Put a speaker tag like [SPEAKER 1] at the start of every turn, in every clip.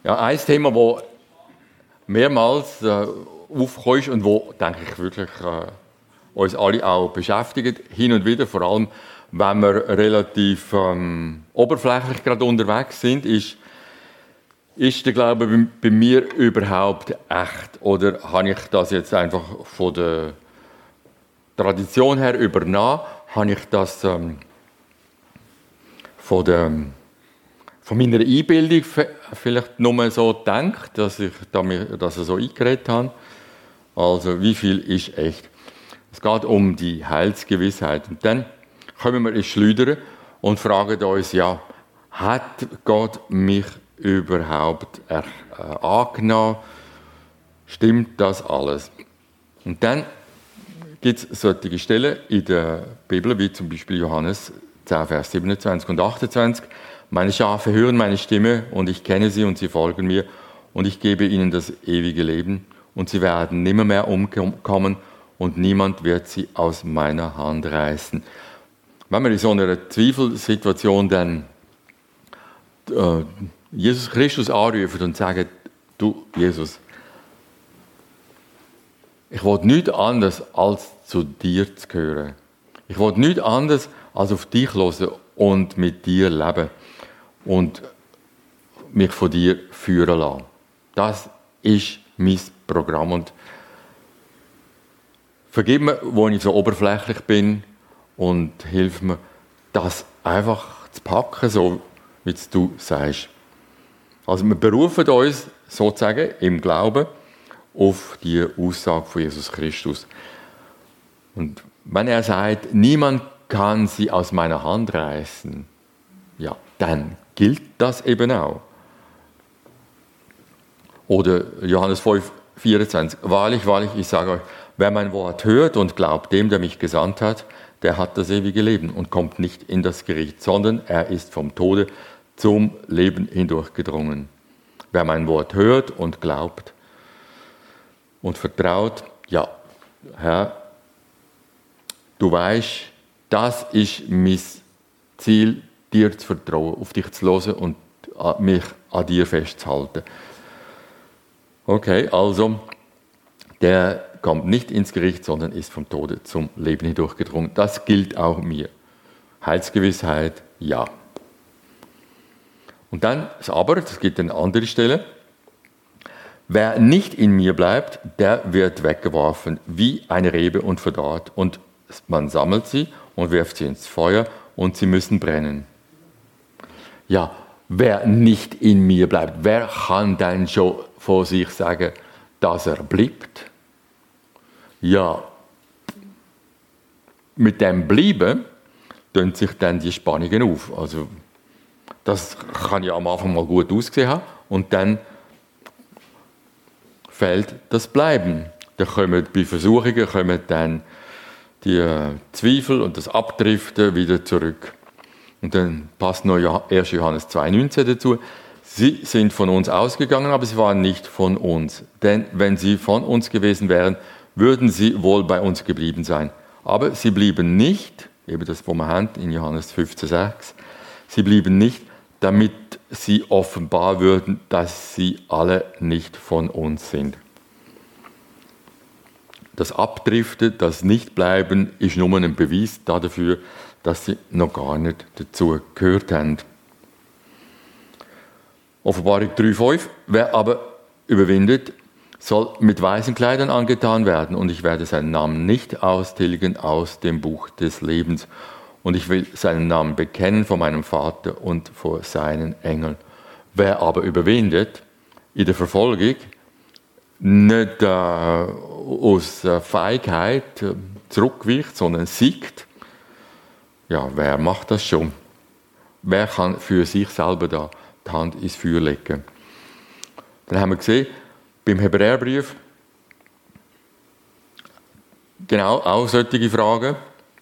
[SPEAKER 1] Ja, ein Thema, das mehrmals aufkommt und wo, denke ich, wirklich uns alle auch beschäftigt, hin und wieder, vor allem, wenn wir relativ oberflächlich gerade unterwegs sind, ist der Glaube bei mir überhaupt echt? Oder habe ich das jetzt einfach von der Tradition her übernommen? Habe ich das von meiner Einbildung vielleicht nur so gedacht, dass ich das so eingeredet habe? Also, wie viel ist echt? Es geht um die Heilsgewissheit. Und dann kommen wir ins Schleudern und fragen uns, ja, hat Gott mich überhaupt angenommen? Stimmt das alles? Und dann gibt es solche Stellen in der Bibel, wie zum Beispiel Johannes 10, Vers 27 und 28. Meine Schafe hören meine Stimme und ich kenne sie und sie folgen mir und ich gebe ihnen das ewige Leben und sie werden nimmer mehr umkommen und niemand wird sie aus meiner Hand reißen. Wenn wir in so einer Zweifelsituation dann Jesus Christus anrufen und sagen, du Jesus, ich will nichts anderes als zu dir zu gehören. Ich will nichts anderes als auf dich hören und mit dir leben und mich von dir führen lassen. Das ist mein Programm. Und vergib mir, wo ich so oberflächlich bin und hilf mir, das einfach zu packen, so wie du sagst. Also wir berufen uns sozusagen im Glauben auf die Aussage von Jesus Christus. Und wenn er sagt, niemand kann sie aus meiner Hand reißen, ja, dann gilt das eben auch. Oder Johannes 5, 24. Wahrlich, wahrlich, ich sage euch, wer mein Wort hört und glaubt dem, der mich gesandt hat, der hat das ewige Leben und kommt nicht in das Gericht, sondern er ist vom Tode zum Leben hindurchgedrungen. Wer mein Wort hört und glaubt und vertraut, ja, Herr, du weißt, das ist mein Ziel, dir zu vertrauen, auf dich zu hören und mich an dir festzuhalten. Okay, also, der kommt nicht ins Gericht, sondern ist vom Tode zum Leben hindurchgedrungen. Das gilt auch mir. Heilsgewissheit, ja. Und dann das Aber, es gibt eine andere Stelle. Wer nicht in mir bleibt, der wird weggeworfen wie eine Rebe und verdorrt. Und man sammelt sie und wirft sie ins Feuer und sie müssen brennen. Ja, wer nicht in mir bleibt, wer kann denn schon von sich sagen, dass er bleibt? Ja, mit dem Bleiben tun sich dann die Spannungen auf. Also, das kann ja am Anfang mal gut ausgesehen haben und dann fehlt das Bleiben. Dann kommen bei Versuchungen dann die Zweifel und das Abdriften wieder zurück. Und dann passt noch 1. Johannes 2,19 dazu. Sie sind von uns ausgegangen, aber sie waren nicht von uns. Denn wenn sie von uns gewesen wären, würden sie wohl bei uns geblieben sein. Aber sie blieben nicht, eben das, was wir haben in Johannes 15,6, sie blieben nicht, damit sie offenbar würden, dass sie alle nicht von uns sind. Das Abdriften, das Nichtbleiben, ist nur ein Beweis dafür, dass sie noch gar nicht dazu gehört haben. Offenbarung 3,5. Wer aber überwindet, soll mit weißen Kleidern angetan werden und ich werde seinen Namen nicht austilgen aus dem Buch des Lebens. Und ich will seinen Namen bekennen vor meinem Vater und vor seinen Engeln. Wer aber überwindet in der Verfolgung, nicht aus Feigheit zurückweicht, sondern siegt, ja, wer macht das schon? Wer kann für sich selber da die Hand ins Feuer legen? Dann haben wir gesehen, beim Hebräerbrief, genau, auch solche Fragen.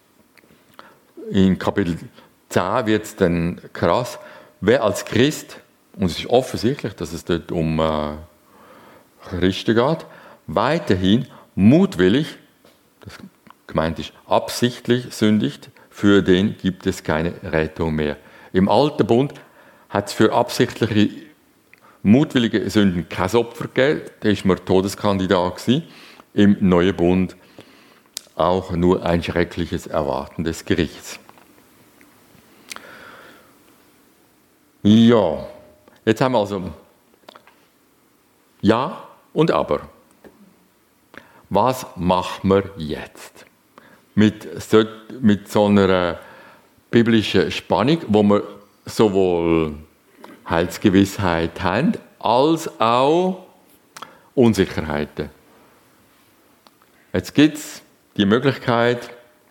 [SPEAKER 1] In Kapitel 10 wird es dann krass. Wer als Christ, und es ist offensichtlich, dass es dort um Christen geht, weiterhin mutwillig, das gemeint ist absichtlich sündigt, für den gibt es keine Rettung mehr. Im Alten Bund hat es für absichtliche mutwillige Sünden kein Opfer gegeben, da war man Todeskandidat gewesen. Im Neuen Bund auch nur ein schreckliches Erwarten des Gerichts. Ja, jetzt haben wir also Ja und Aber. Was machen wir jetzt? Mit so einer biblischen Spannung, wo wir sowohl Heilsgewissheit haben, als auch Unsicherheiten. Jetzt gibt es die Möglichkeit,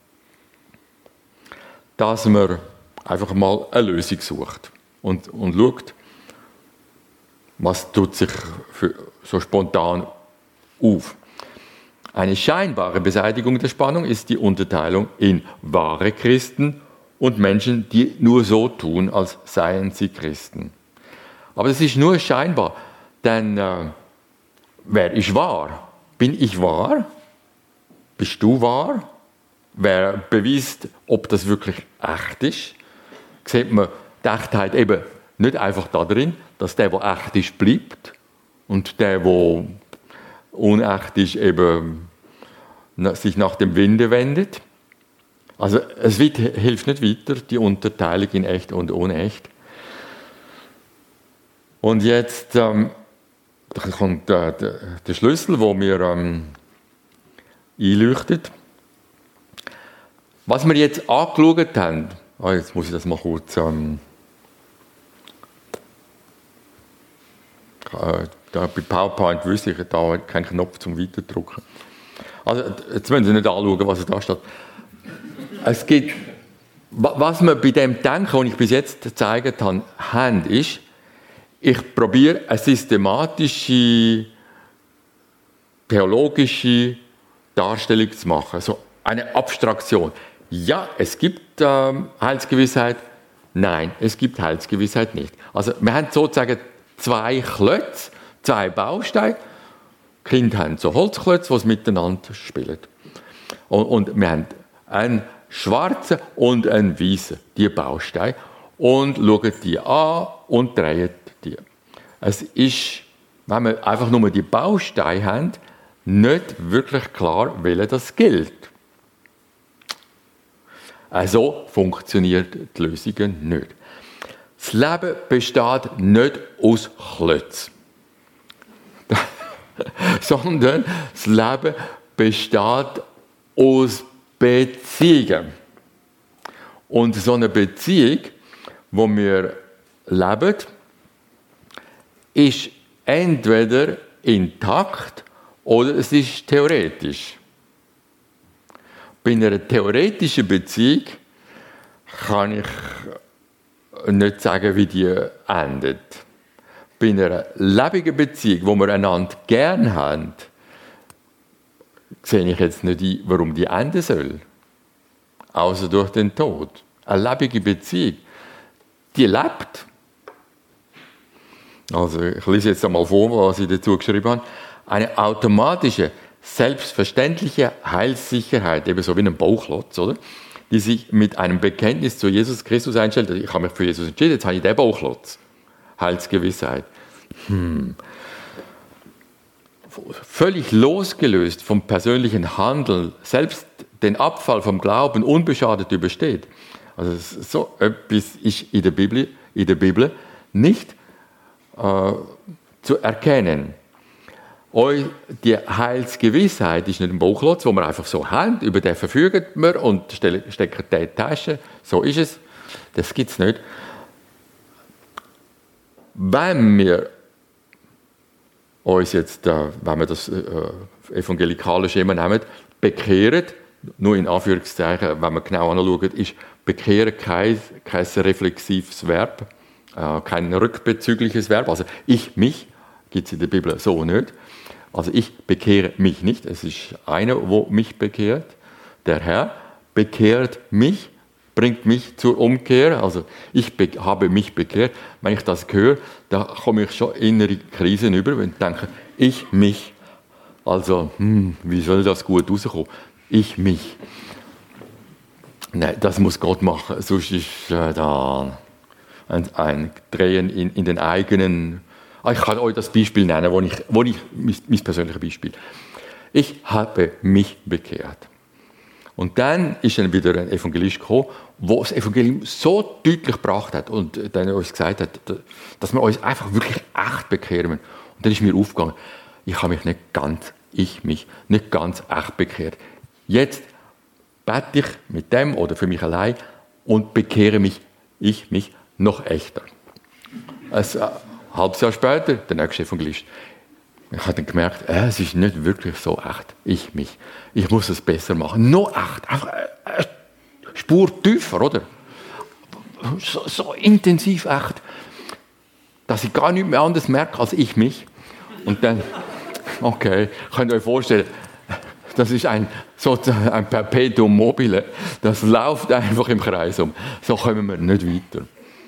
[SPEAKER 1] dass man einfach mal eine Lösung sucht und schaut, was tut sich so spontan auf. Eine scheinbare Beseitigung der Spannung ist die Unterteilung in wahre Christen und Menschen, die nur so tun, als seien sie Christen. Aber das ist nur scheinbar, denn wer ist wahr? Bin ich wahr? Bist du wahr? Wer beweist, ob das wirklich echt ist? Sieht man die Echtheit eben nicht einfach darin, dass der echt ist, bleibt und der unecht ist, eben sich nach dem Winde wendet. Also es hilft nicht weiter, die Unterteilung in echt und unecht. Und jetzt kommt der Schlüssel, wo mir einleuchtet. Was wir jetzt angeschaut haben, jetzt muss ich das mal kurz da bei PowerPoint wüsste ich, da keinen Knopf zum Weiterdrucken. Also, jetzt müssen Sie nicht anschauen, was da steht. Es gibt, was wir bei dem Denken, das ich bis jetzt gezeigt habe, haben, ist, ich probiere eine systematische, theologische Darstellung zu machen. So eine Abstraktion. Ja, es gibt Heilsgewissheit. Nein, es gibt Heilsgewissheit nicht. Also, wir haben sozusagen zwei Klötze, zwei Bausteine. Die Kinder haben so Holzklötze, die miteinander spielen. Und wir haben einen schwarzen und einen weißen, die Bausteine, und schauen die an und drehen die. Es ist, wenn wir einfach nur die Bausteine haben, nicht wirklich klar, welcher das gilt. Also funktioniert die Lösung nicht. Das Leben besteht nicht aus Klötzen, sondern das Leben besteht aus Beziehungen. Und so eine Beziehung, wo wir leben, ist entweder intakt oder es ist theoretisch. Bei einer theoretischen Beziehung kann ich nicht sagen, wie die endet. Bei einer lebenden Beziehung, wo wir einander gern haben, sehe ich jetzt nicht ein, warum die enden soll. Außer durch den Tod. Eine lebende Beziehung, die lebt. Also ich lese jetzt einmal vor, was ich dazu geschrieben habe. Eine automatische, selbstverständliche Heilssicherheit, ebenso wie ein Bauklotz, oder? Die sich mit einem Bekenntnis zu Jesus Christus einstellt. Ich habe mich für Jesus entschieden, jetzt habe ich den Bauklotz. Heilsgewissheit. Völlig losgelöst vom persönlichen Handeln, selbst den Abfall vom Glauben unbeschadet übersteht. Also so etwas ist in der Bibel nicht zu erkennen. Die Heilsgewissheit ist nicht ein Bauklotz, wo wir einfach so haben, über den verfügen wir und stecken den in die Tasche. So ist es. Das gibt es nicht. Wenn wir uns jetzt, wenn wir das evangelikale Schema nehmen, bekehren, nur in Anführungszeichen, wenn man genau anschaut, ist bekehren kein reflexives Verb, kein rückbezügliches Verb. Also ich, mich, gibt es in der Bibel so nicht. Also ich bekehre mich nicht, es ist einer, der mich bekehrt. Der Herr bekehrt mich, bringt mich zur Umkehr. Also ich habe mich bekehrt. Wenn ich das höre, da komme ich schon innere Krisen über, wenn ich denke, ich, mich. Also, wie soll das gut rauskommen? Ich, mich. Nein, das muss Gott machen, sonst ist da ein Drehen in den eigenen Ich kann euch das Beispiel nennen, mein persönliches Beispiel. Ich habe mich bekehrt. Und dann ist dann wieder ein Evangelist gekommen, der das Evangelium so deutlich gebracht hat und dann uns gesagt hat, dass wir uns einfach wirklich echt bekehren müssen. Und dann ist mir aufgegangen, ich habe mich nicht ganz echt bekehrt. Jetzt bete ich mit dem oder für mich allein und bekehre mich noch echter. Ein halbes Jahr später, der nächste Evangelist. Ich habe dann gemerkt, es ist nicht wirklich so echt. Ich muss es besser machen. Noch echt. Einfach eine Spur tiefer, oder? So intensiv echt, dass ich gar nichts mehr anderes merke als ich mich. Und dann, okay, könnt ihr euch vorstellen, das ist sozusagen ein Perpetuum mobile. Das läuft einfach im Kreis um. So kommen wir nicht weiter.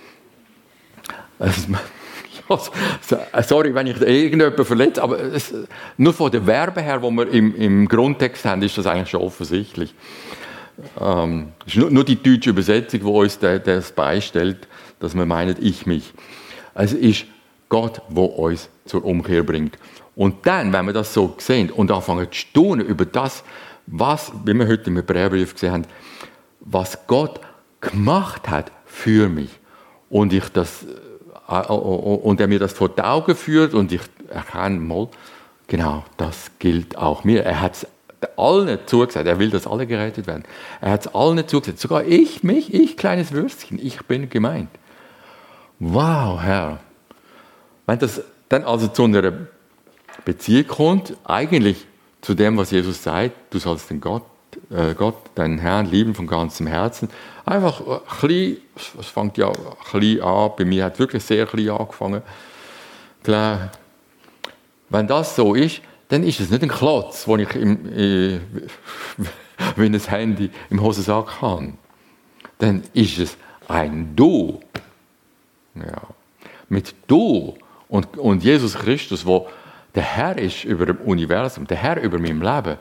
[SPEAKER 1] Sorry, wenn ich irgendjemanden verletze, aber nur von der Verbe her, wo wir im Grundtext haben, ist das eigentlich schon offensichtlich. Es ist nur die deutsche Übersetzung, die uns das beistellt, dass wir meinen, ich mich. Es ist Gott, der uns zur Umkehr bringt. Und dann, wenn wir das so sehen und anfangen zu staunen über das, wie wir heute im Hebräerbrief gesehen haben, was Gott gemacht hat für mich und er mir das vor die Augen führt und ich erkenne mal, genau, das gilt auch mir. Er hat es allen zugesagt, er will, dass alle gerettet werden. Er hat es allen zugesagt, sogar ich, kleines Würstchen, ich bin gemeint. Wow, Herr. Wenn das dann also zu einer Beziehung kommt, eigentlich zu dem, was Jesus sagt, du sollst den Gott, deinen Herrn lieben von ganzem Herzen. Einfach klein, es fängt ja klein an, bei mir hat es wirklich sehr klein angefangen. Klar, wenn das so ist, dann ist es nicht ein Klotz, den ich wie ein Handy im Hosensack habe. Dann ist es ein Du. Ja. Mit Du und Jesus Christus, wo der Herr ist über dem Universum, der Herr über meinem Leben.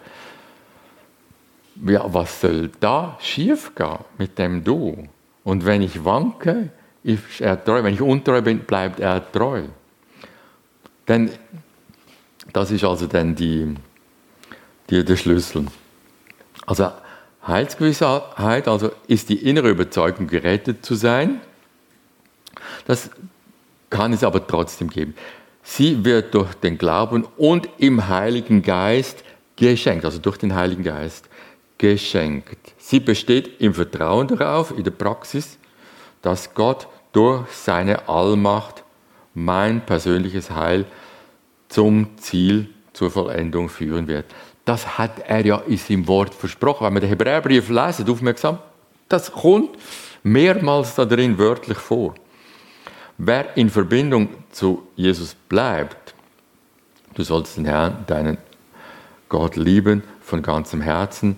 [SPEAKER 1] Ja, was soll da schief gehen mit dem Du? Und wenn ich wanke, ist er treu. Wenn ich untreu bin, bleibt er treu. Denn das ist also dann der Schlüssel. Also Heilsgewissheit ist die innere Überzeugung, gerettet zu sein. Das kann es aber trotzdem geben. Sie wird durch den Glauben und im Heiligen Geist geschenkt, also durch den Heiligen Geist geschenkt. Sie besteht im Vertrauen darauf, in der Praxis, dass Gott durch seine Allmacht mein persönliches Heil zum Ziel, zur Vollendung führen wird. Das hat er ja in seinem Wort versprochen. Wenn wir den Hebräerbrief lesen, aufmerksam, das kommt mehrmals da drin wörtlich vor. Wer in Verbindung zu Jesus bleibt, du sollst den Herrn, deinen Gott lieben von ganzem Herzen,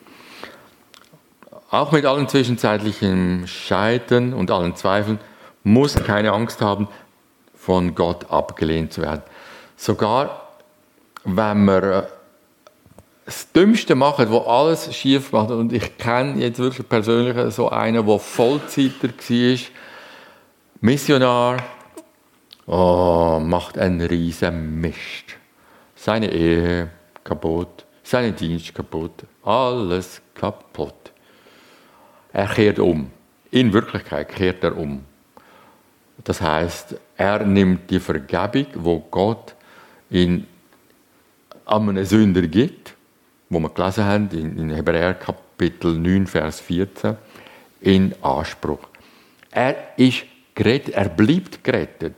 [SPEAKER 1] auch mit allen zwischenzeitlichen Scheitern und allen Zweifeln, muss keine Angst haben, von Gott abgelehnt zu werden. Sogar wenn wir das Dümmste machen, wo alles schief macht, und ich kenne jetzt wirklich persönlich so einen, der Vollzeiter war, Missionar, macht einen riesen Mist. Seine Ehe kaputt, sein Dienst kaputt, alles kaputt. Er kehrt um. In Wirklichkeit kehrt er um. Das heißt, er nimmt die Vergebung, wo Gott an einem Sünder gibt, wo wir gelesen haben, in Hebräer Kapitel 9, Vers 14, in Anspruch. Er ist gerettet, er bleibt gerettet.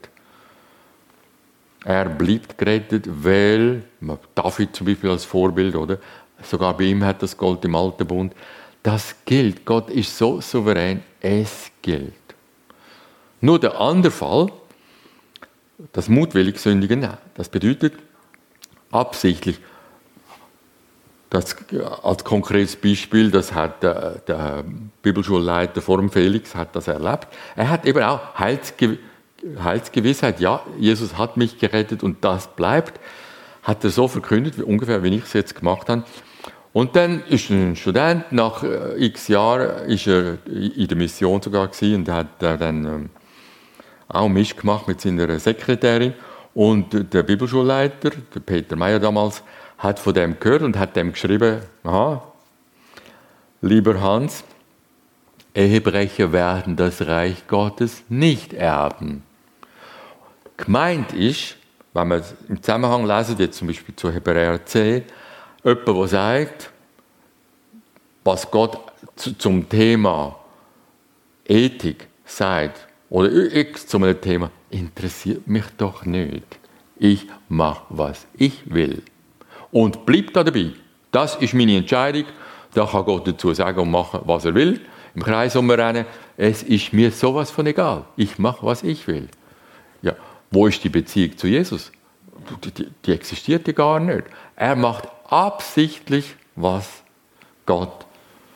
[SPEAKER 1] Er bleibt gerettet, weil, David zum Beispiel als Vorbild, oder? Sogar bei ihm hat das Gold im Alten Bund. Das gilt, Gott ist so souverän, es gilt. Nur der andere Fall, das mutwillig Sündigen, das bedeutet absichtlich, das als konkretes Beispiel, das hat der Bibelschulleiter vor dem Felix hat das erlebt. Er hat eben auch Heilsgewissheit, ja, Jesus hat mich gerettet und das bleibt, hat er so verkündet, ungefähr wie ich es jetzt gemacht habe. Und dann ist ein Student, nach x Jahren ist er in der Mission sogar gewesen und hat dann auch Mist gemacht mit seiner Sekretärin. Und der Bibelschulleiter, der Peter Meyer damals, hat von dem gehört und hat dem geschrieben, aha, lieber Hans, Ehebrecher werden das Reich Gottes nicht erben. Gemeint ist, wenn man es im Zusammenhang lesen, wie zum Beispiel zu Hebräer 10, jemand, der sagt, was Gott zum Thema Ethik sagt, oder X zu einem Thema, interessiert mich doch nicht. Ich mache, was ich will. Und bleib da dabei. Das ist meine Entscheidung. Da kann Gott dazu sagen und machen, was er will. Im Kreis umrennen. Es ist mir sowas von egal. Ich mache, was ich will. Ja, wo ist die Beziehung zu Jesus? Die existiert ja gar nicht. Er macht absichtlich, was Gott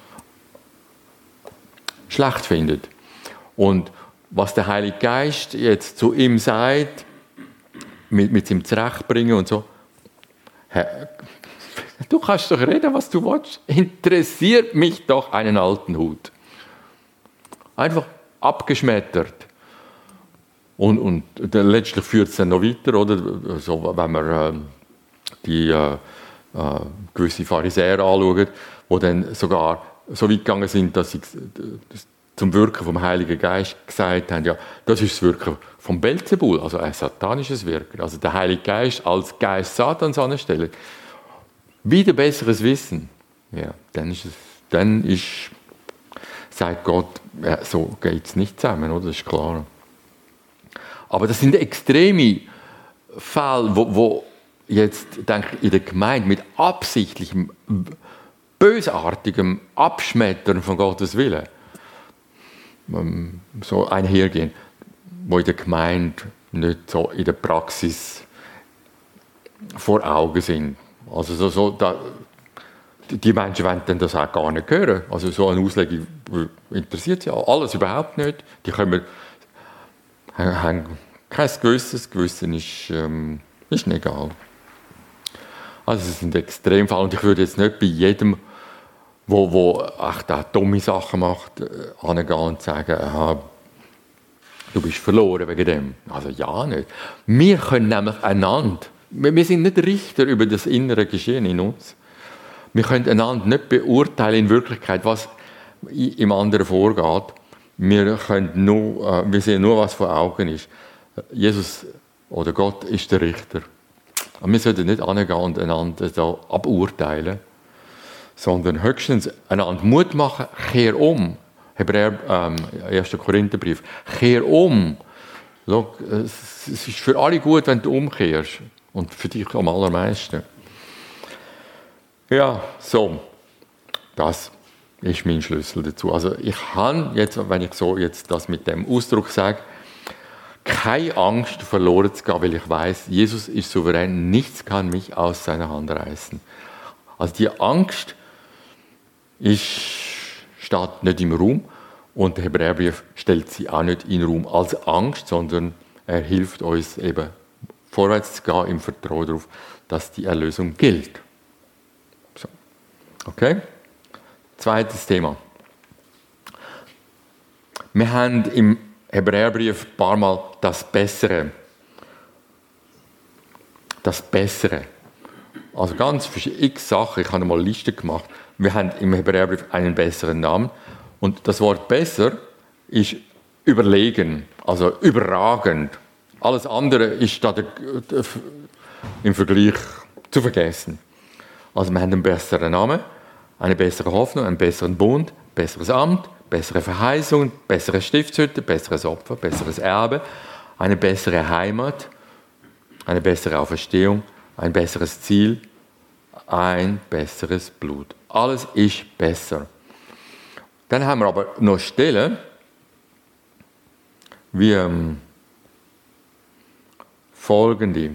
[SPEAKER 1] schlecht findet. Und was der Heilige Geist jetzt zu ihm sagt, mit seinem Zurechtbringen und so, du kannst doch reden, was du willst. Interessiert mich doch einen alten Hut. Einfach abgeschmettert. Und letztlich führt es dann noch weiter, oder? So, wenn man die gewisse Pharisäer anschaut, die dann sogar so weit gegangen sind, dass sie zum Wirken vom Heiligen Geist gesagt haben, ja, das ist das Wirken vom Belzebul, also ein satanisches Wirken. Also der Heilige Geist als Geist Satans anstellen. Wieder besseres Wissen. Ja, dann sagt Gott, ja, so geht es nicht zusammen, oder? Das ist klar. Aber das sind extreme Fälle, wo jetzt, denke ich, in der Gemeinde mit absichtlichem, bösartigem Abschmettern von Gottes Willen so einhergehen, wo in der Gemeinde nicht so in der Praxis vor Augen sind. Also die Menschen wollen dann das auch gar nicht hören. Also so eine Auslegung interessiert sie alles überhaupt nicht. Die haben kein Gewissen, das Gewissen ist nicht egal. Also es sind Extremfälle und ich würde jetzt nicht bei jedem, wo echt auch dumme Sachen macht, hingehen und sagen, aha, du bist verloren wegen dem. Also ja, nicht. Wir können nämlich einander, wir sind nicht Richter über das innere Geschehen in uns. Wir können einander nicht beurteilen in Wirklichkeit, was im anderen vorgeht. Wir sehen nur, was vor Augen ist. Jesus oder Gott ist der Richter. Und wir sollten nicht hingehen und einander so aburteilen, sondern höchstens einander Mut machen, kehr um. 1. Korintherbrief. Kehr um. Schau, es ist für alle gut, wenn du umkehrst. Und für dich am allermeisten. Ja, so. Das ist mein Schlüssel dazu. Also ich habe jetzt, wenn ich so jetzt das mit dem Ausdruck sage, keine Angst, verloren zu gehen, weil ich weiß, Jesus ist souverän, nichts kann mich aus seiner Hand reißen. Also die Angst steht nicht im Raum und der Hebräerbrief stellt sie auch nicht in den Raum als Angst, sondern er hilft uns eben vorwärts zu gehen im Vertrauen darauf, dass die Erlösung gilt. So. Okay? Zweites Thema. Wir haben im Hebräerbrief ein paar Mal das Bessere. Das Bessere. Also ganz x Sachen. Ich habe mal eine Liste gemacht. Wir haben im Hebräerbrief einen besseren Namen. Und das Wort besser ist überlegen, also überragend. Alles andere ist da im Vergleich zu vergessen. Also wir haben einen besseren Namen, eine bessere Hoffnung, einen besseren Bund, besseres Amt, bessere Verheißung, bessere Stiftshütte, besseres Opfer, besseres Erbe, eine bessere Heimat, eine bessere Auferstehung, ein besseres Ziel, ein besseres Blut. Alles ist besser. Dann haben wir aber noch Stellen, wie folgende.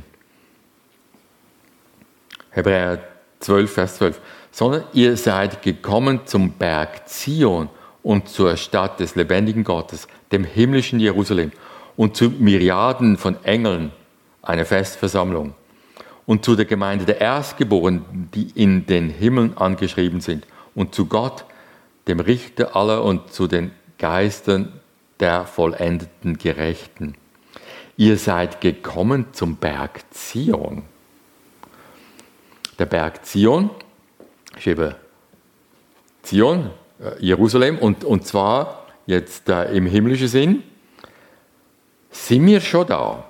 [SPEAKER 1] Hebräer 12, Vers 12. Sondern ihr seid gekommen zum Berg Zion und zur Stadt des lebendigen Gottes, dem himmlischen Jerusalem, und zu Myriaden von Engeln, eine Festversammlung, und zu der Gemeinde der Erstgeborenen, die in den Himmeln angeschrieben sind, und zu Gott, dem Richter aller, und zu den Geistern der vollendeten Gerechten. ihr seid gekommen zum Berg Zion. Der Berg Zion ist eben Zion, Jerusalem, und zwar jetzt im himmlischen Sinn. Sind wir schon da?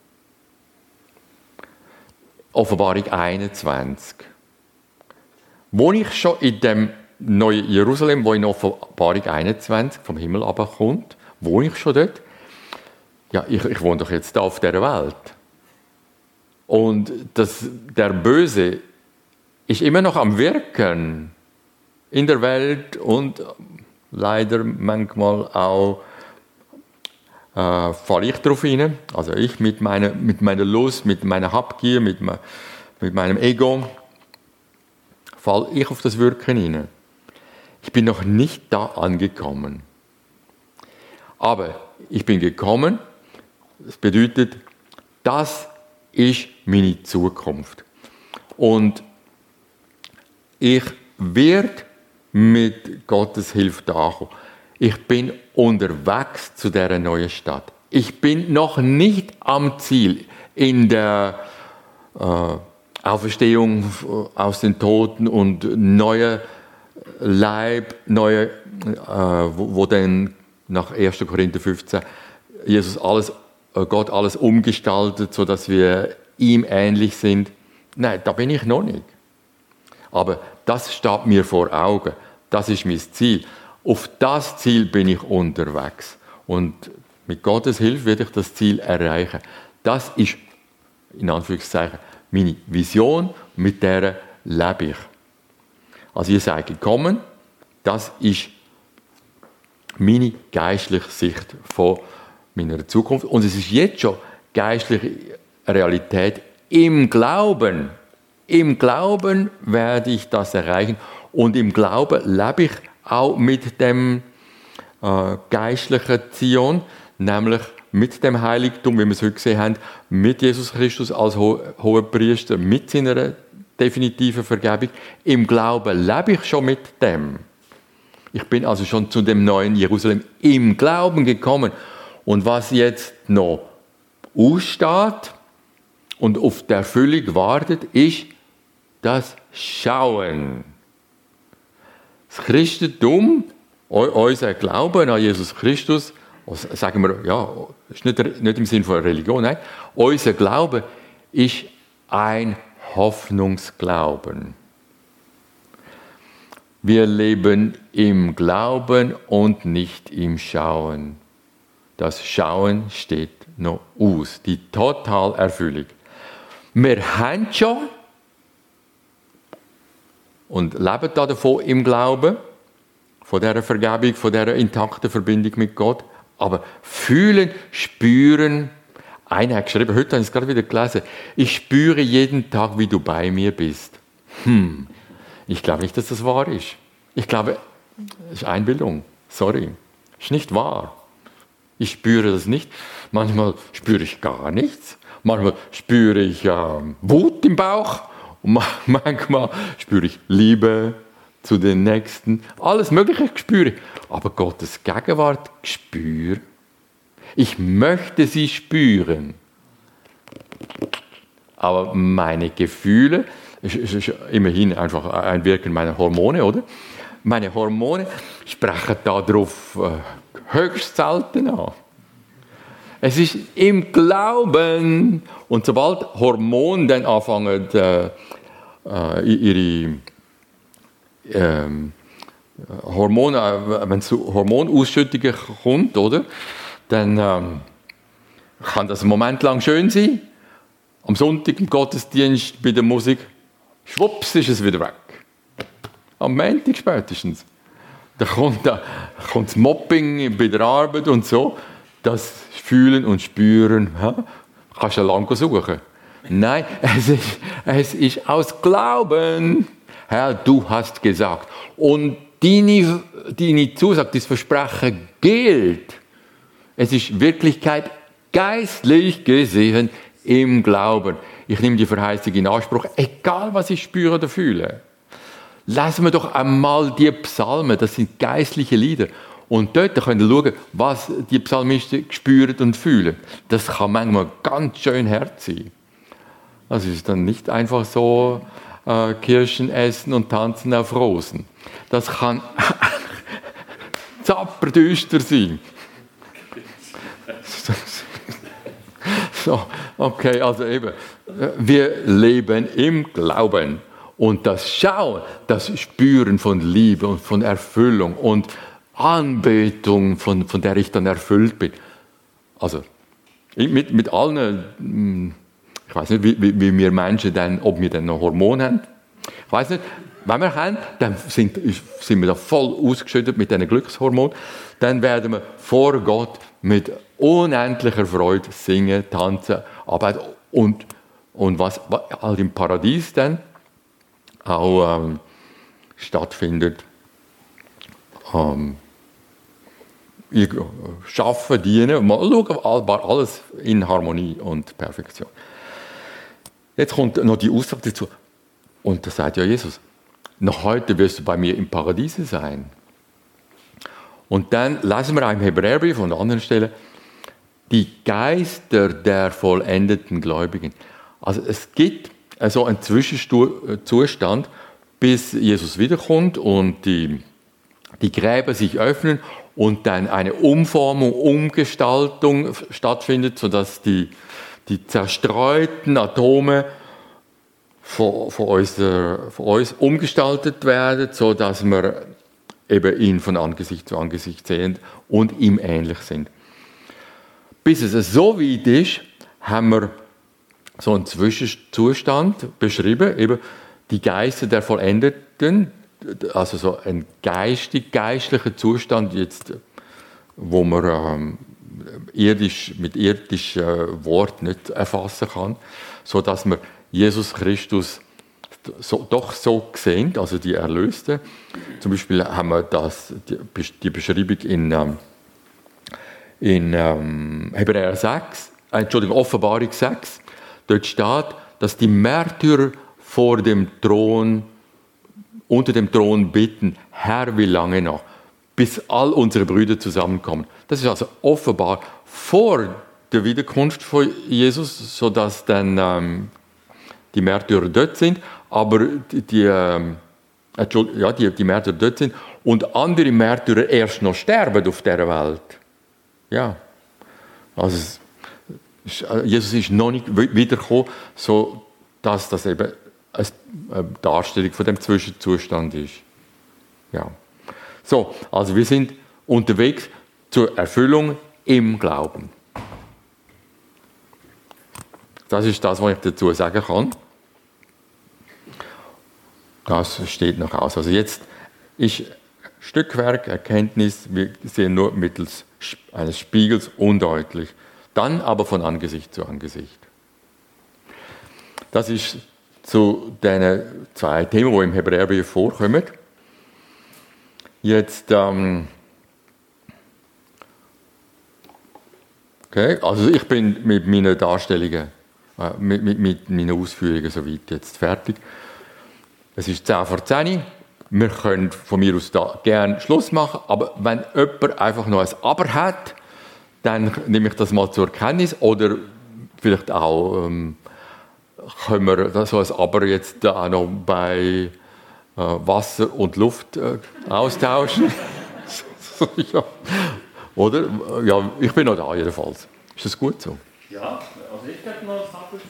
[SPEAKER 1] Offenbarung 21. Wohne ich schon in dem neuen Jerusalem, wo in Offenbarung 21 vom Himmel runterkommt? Wohne ich schon dort? Ja, ich wohne doch jetzt da auf der Welt. Und der Böse ist immer noch am Wirken in der Welt und leider manchmal auch falle ich darauf hinein. Also ich mit meiner Lust, mit meiner Habgier, mit meinem Ego, falle ich auf das Wirken hinein. Ich bin noch nicht da angekommen. Aber ich bin gekommen. Das bedeutet, das ist meine Zukunft. Und ich werde mit Gottes Hilfe da kommen. Ich bin unterwegs zu dieser neuen Stadt. Ich bin noch nicht am Ziel in der Auferstehung aus den Toten und neuer Leib, wo dann nach 1. Korinther 15 Gott alles umgestaltet, sodass wir ihm ähnlich sind. Nein, da bin ich noch nicht. Aber das steht mir vor Augen. Das ist mein Ziel. Auf das Ziel bin ich unterwegs. Und mit Gottes Hilfe werde ich das Ziel erreichen. Das ist, in Anführungszeichen, meine Vision, mit der lebe ich. Also ihr seid gekommen, das ist meine geistliche Sicht von meiner Zukunft. Und es ist jetzt schon geistliche Realität im Glauben. Im Glauben werde ich das erreichen. Und im Glauben lebe ich auch mit dem geistlichen Zion, nämlich mit dem Heiligtum, wie wir es heute gesehen haben, mit Jesus Christus als Hohepriester, mit seiner definitiven Vergebung. Im Glauben lebe ich schon mit dem. Ich bin also schon zu dem neuen Jerusalem im Glauben gekommen. Und was jetzt noch aussteht und auf die Erfüllung wartet, ist das Schauen. Das Christentum, unser Glauben an Jesus Christus, also sagen wir, ja, ist nicht im Sinne von Religion, nein, unser Glaube ist ein Hoffnungsglauben. Wir leben im Glauben und nicht im Schauen. Das Schauen steht noch aus, die Totalerfüllung. Wir haben schon und leben da davon im Glauben, von dieser Vergebung, von dieser intakten Verbindung mit Gott. Aber fühlen, spüren, einer hat geschrieben, heute habe ich es gerade wieder gelesen, ich spüre jeden Tag, wie du bei mir bist. Ich glaube nicht, dass das wahr ist. Ich glaube, es ist Einbildung. Sorry, ist nicht wahr. Ich spüre das nicht. Manchmal spüre ich gar nichts. Manchmal spüre ich Wut im Bauch. Und manchmal spüre ich Liebe zu den Nächsten. Alles Mögliche spüre ich. Aber Gottes Gegenwart spüre. Ich möchte sie spüren. Aber meine Gefühle, es ist immerhin einfach ein Wirken meiner Hormone, oder? Meine Hormone sprechen darauf höchst selten an. Es ist im Glauben. Und sobald Hormone dann anfangen, ihre Hormone, wenn es zu Hormonausschüttungen kommt, oder, dann kann das einen Moment lang schön sein. Am Sonntag im Gottesdienst bei der Musik, schwupps, ist es wieder weg. Am Montag spätestens. Da kommt das Mobbing bei der Arbeit und so. Das Fühlen und Spüren, kannst du lange suchen. Nein, es ist aus Glauben. Herr, du hast gesagt. Und deine Zusage, das Versprechen gilt. Es ist Wirklichkeit geistlich gesehen im Glauben. Ich nehme die Verheißung in Anspruch, egal was ich spüre oder fühle. Lesen wir doch einmal die Psalmen, das sind geistliche Lieder. Und dort könnt ihr schauen, was die Psalmisten spüren und fühlen. Das kann manchmal ganz schön hart sein. Also es ist dann nicht einfach so Kirschen essen und tanzen auf Rosen. Das kann zapperdüster sein. So, okay, also eben, wir leben im Glauben. Und das Schauen, das Spüren von Liebe und von Erfüllung und Anbetung, von der ich dann erfüllt bin. Also mit allen, ich weiß nicht, wie wir Menschen dann, ob wir dann noch Hormone haben. Ich weiß nicht, wenn wir haben, dann sind wir da voll ausgeschüttet mit diesen Glückshormonen. Dann werden wir vor Gott mit unendlicher Freude singen, tanzen, arbeiten und was halt im Paradies dann auch stattfindet. Schaffen, dienen, mal schauen, alles in Harmonie und Perfektion. Jetzt kommt noch die Aussage dazu. Und das sagt ja Jesus. Noch heute wirst du bei mir im Paradies sein. Und dann lesen wir auch im Hebräerbrief und an anderen Stellen, die Geister der vollendeten Gläubigen. Also es gibt so einen Zwischenzustand, bis Jesus wiederkommt und die Gräber sich öffnen und dann eine Umformung, Umgestaltung stattfindet, sodass die zerstreuten Atome von uns umgestaltet werden, sodass wir eben ihn von Angesicht zu Angesicht sehen und ihm ähnlich sind. Bis es so weit ist, haben wir so einen Zwischenzustand beschrieben, eben die Geister der Vollendeten, also so ein geistlicher Zustand, jetzt, wo man mit irdischen Worten nicht erfassen kann, sodass man Jesus Christus doch so sehen, also die Erlöste. Zum Beispiel haben wir die Beschreibung in Offenbarung 6. Dort steht, dass die Märtyrer unter dem Thron bitten, Herr, wie lange noch, bis all unsere Brüder zusammenkommen. Das ist also offenbar vor der Wiederkunft von Jesus, sodass dann die Märtyrer dort sind, aber die Märtyrer dort sind und andere Märtyrer erst noch sterben auf dieser Welt. Ja, also Jesus ist noch nicht wiedergekommen, so dass das eben eine Darstellung von dem Zwischenzustand ist. Ja. So, also wir sind unterwegs zur Erfüllung im Glauben. Das ist das, was ich dazu sagen kann. Das steht noch aus. Also jetzt ist Stückwerk, Erkenntnis, wir sehen nur mittels eines Spiegels undeutlich, dann aber von Angesicht zu Angesicht. Das ist zu den zwei Themen, die im Hebräerbrief vorkommen. Jetzt, okay, also ich bin mit meinen Darstellungen, mit meinen Ausführungen soweit jetzt fertig. Es ist 10 vor 10. Wir können von mir aus da gerne Schluss machen, aber wenn jemand einfach noch ein Aber hat, dann nehme ich das mal zur Kenntnis oder vielleicht auch können wir so ein Aber jetzt auch noch bei Wasser und Luft austauschen. Ja. Oder? Ja, ich bin noch da jedenfalls. Ist das gut so?
[SPEAKER 2] Ja, also ich hätte noch ein Aber.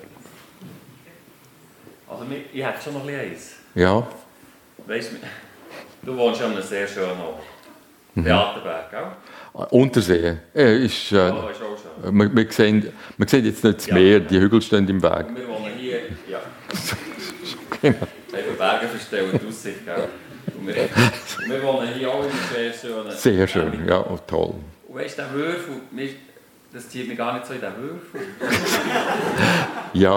[SPEAKER 2] Also ich hätte schon noch ein bisschen eins.
[SPEAKER 1] Ja.
[SPEAKER 2] Weißt du wohnst ja an einem sehr schönen Ort. Theaterberg, gell?
[SPEAKER 1] Untersee. Ist,
[SPEAKER 2] Ja, ist auch schön.
[SPEAKER 1] man sieht jetzt nicht das Meer, die Hügel stehen im Weg.
[SPEAKER 2] Wir wohnen hier, ja.
[SPEAKER 1] Genau.
[SPEAKER 2] Eben Berge verstellen die Aussicht, gell? Und wir wohnen hier auch in einem sehr schönen...
[SPEAKER 1] Sehr schön, ja, oh, toll.
[SPEAKER 2] Und weißt du, der Würfel, das zieht mich gar nicht so in den Würfel.
[SPEAKER 1] Ja,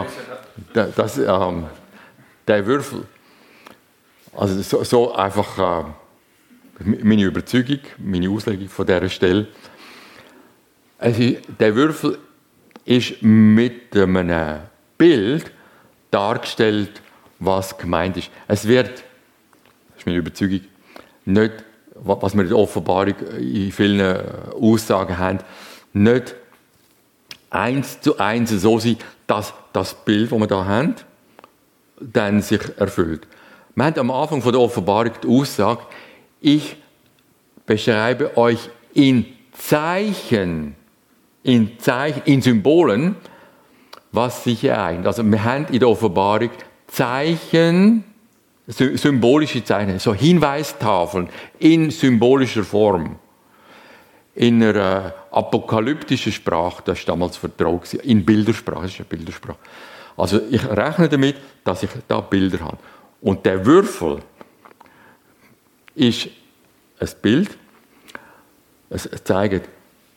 [SPEAKER 1] der Würfel, also so einfach meine Überzeugung, meine Auslegung von dieser Stelle. Also, der Würfel ist mit einem Bild dargestellt, was gemeint ist. Es wird, das ist meine Überzeugung, nicht was wir in der Offenbarung in vielen Aussagen haben, nicht 1:1 so sein, dass das Bild, das wir da haben, dann sich erfüllt. Wir haben am Anfang von der Offenbarung die Aussage, ich beschreibe euch in Zeichen, in Symbolen, was sich ereignet. Also wir haben in der Offenbarung Zeichen, symbolische Zeichen, so Hinweistafeln in symbolischer Form. In einer apokalyptischen Sprache, das war damals vertraut, in Bildersprache, das ist eine Bildersprache. Also ich rechne damit, dass ich da Bilder habe. Und der Würfel ist ein Bild, es zeigt,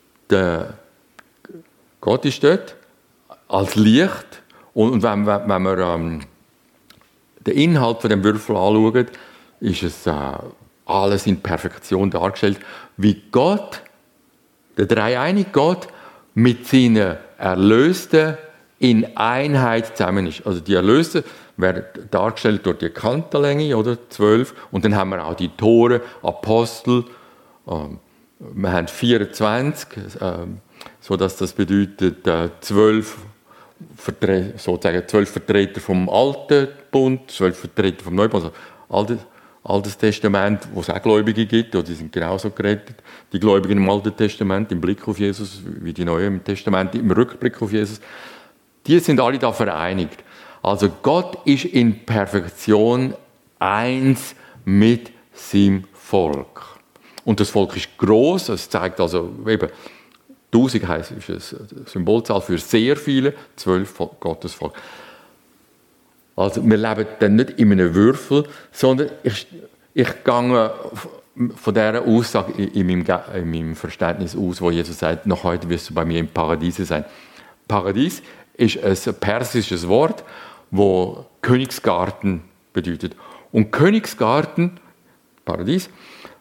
[SPEAKER 1] Gott ist dort als Licht. Und wenn wir den Inhalt von dem Würfel anschauen, ist es alles in Perfektion dargestellt, wie Gott, der dreieinige Gott, mit seinen Erlösten in Einheit zusammen ist. Also die Erlösten werden dargestellt durch die Kantenlänge, oder 12. Und dann haben wir auch die Tore, Apostel. Wir haben 24, sodass das bedeutet 12 Vertreter vom Alten Bund, 12 Vertreter vom Neuen Bund. Also Altes Testament, wo es auch Gläubige gibt, die sind genauso gerettet. Die Gläubigen im Alten Testament, im Blick auf Jesus, wie die Neuen im Testament, im Rückblick auf Jesus. Die sind alle da vereinigt. Also Gott ist in Perfektion eins mit seinem Volk. Und das Volk ist gross, es zeigt also eben, 1000 heisst, ist eine Symbolzahl für sehr viele, 12 Gottes Volk. Also wir leben dann nicht in einem Würfel, sondern ich gehe von dieser Aussage in meinem Verständnis aus, wo Jesus sagt, noch heute wirst du bei mir im Paradies sein. Paradies ist ein persisches Wort, das Königsgarten bedeutet. Und Königsgarten, Paradies,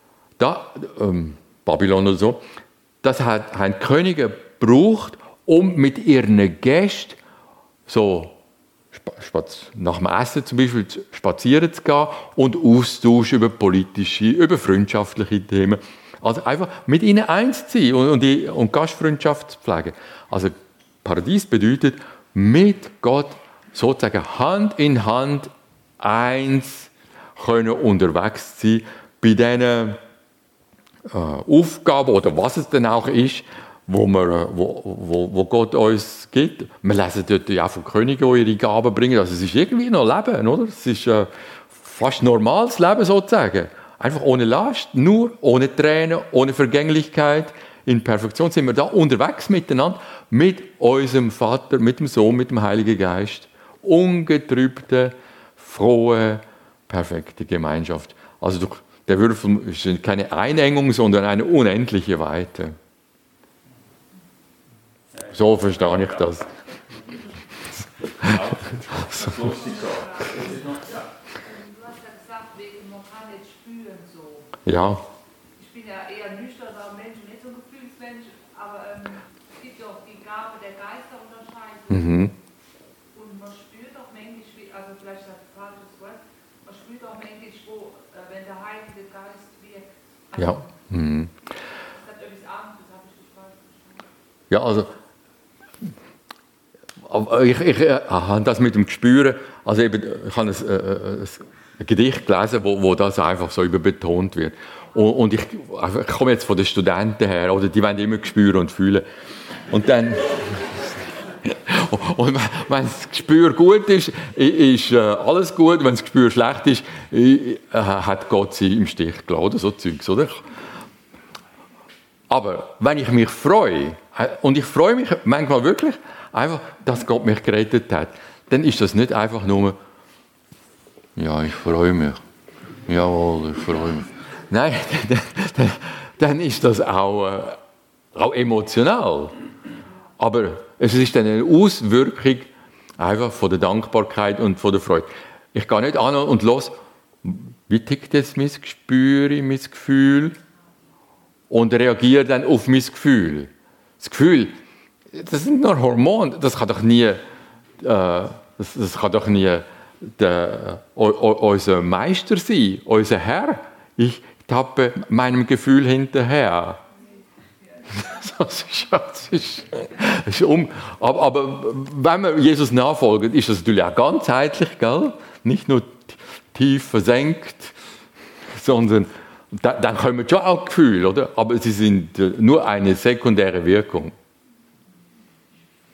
[SPEAKER 1] Babylon oder so, das haben Könige gebraucht, um mit ihren Gästen so nach dem Essen zum Beispiel spazieren zu gehen und Austausch über politische, über freundschaftliche Themen. Also einfach mit ihnen eins zu sein und Gastfreundschaft zu pflegen. Also Paradies bedeutet, mit Gott sozusagen Hand in Hand eins können unterwegs sein bei diesen Aufgaben oder was es denn auch ist, wo Gott uns gibt. Wir lesen dort ja auch von Königen, die ihre Gaben bringen. Also es ist irgendwie noch Leben, oder? Es ist fast normales Leben sozusagen. Einfach ohne Last, nur ohne Tränen, ohne Vergänglichkeit. In Perfektion sind wir da unterwegs miteinander, mit unserem Vater, mit dem Sohn, mit dem Heiligen Geist. Ungetrübte, frohe, perfekte Gemeinschaft. Also der Würfel ist keine Einengung, sondern eine unendliche Weite. So verstehe ich das.
[SPEAKER 2] Das ist lustig.
[SPEAKER 3] Du hast ja gesagt, man kann nicht spüren so.
[SPEAKER 1] Ja.
[SPEAKER 3] Ich bin ja eher nüchterner Mensch, nicht so ein Gefühlsmensch, aber es gibt ja auch die Gabe der Geisterunterscheidung.
[SPEAKER 1] Mhm.
[SPEAKER 3] Und man spürt auch manchmal, also vielleicht das falsches Wort, man spürt auch manchmal, wenn der Heilige Geist wirkt. Also,
[SPEAKER 1] Ja. Mhm.
[SPEAKER 3] Das hat etwas Angst, das habe ich nicht falsch verstanden.
[SPEAKER 1] Ja, also ich habe das mit dem Gespüren, also eben, ich habe ein Gedicht gelesen, wo das einfach so überbetont wird. Und ich komme jetzt von den Studenten her, oder die wollen immer spüren und fühlen. Und dann, und wenn das Gespür gut ist, ist alles gut. Wenn das Gespür schlecht ist, hat Gott sie im Stich gelassen, oder so Zeugs, oder? Aber wenn ich mich freue, und ich freue mich manchmal wirklich, einfach, dass Gott mich gerettet hat, dann ist das nicht einfach nur, ja, ich freue mich. Jawohl, ich freue mich. Nein, dann ist das auch emotional. Aber es ist dann eine Auswirkung einfach von der Dankbarkeit und von der Freude. Ich gehe nicht an und los, wie tickt jetzt mein Gespür, mein Gefühl? Und reagiere dann auf mein Gefühl. Das Gefühl, das sind nur Hormone, das kann doch nie, unser Meister sein, unser Herr. Ich tappe meinem Gefühl hinterher. Aber wenn wir Jesus nachfolgen, ist das natürlich auch ganzheitlich, gell? Nicht nur tief versenkt, sondern dann kommen schon auch Gefühle, oder? Aber sie sind nur eine sekundäre Wirkung.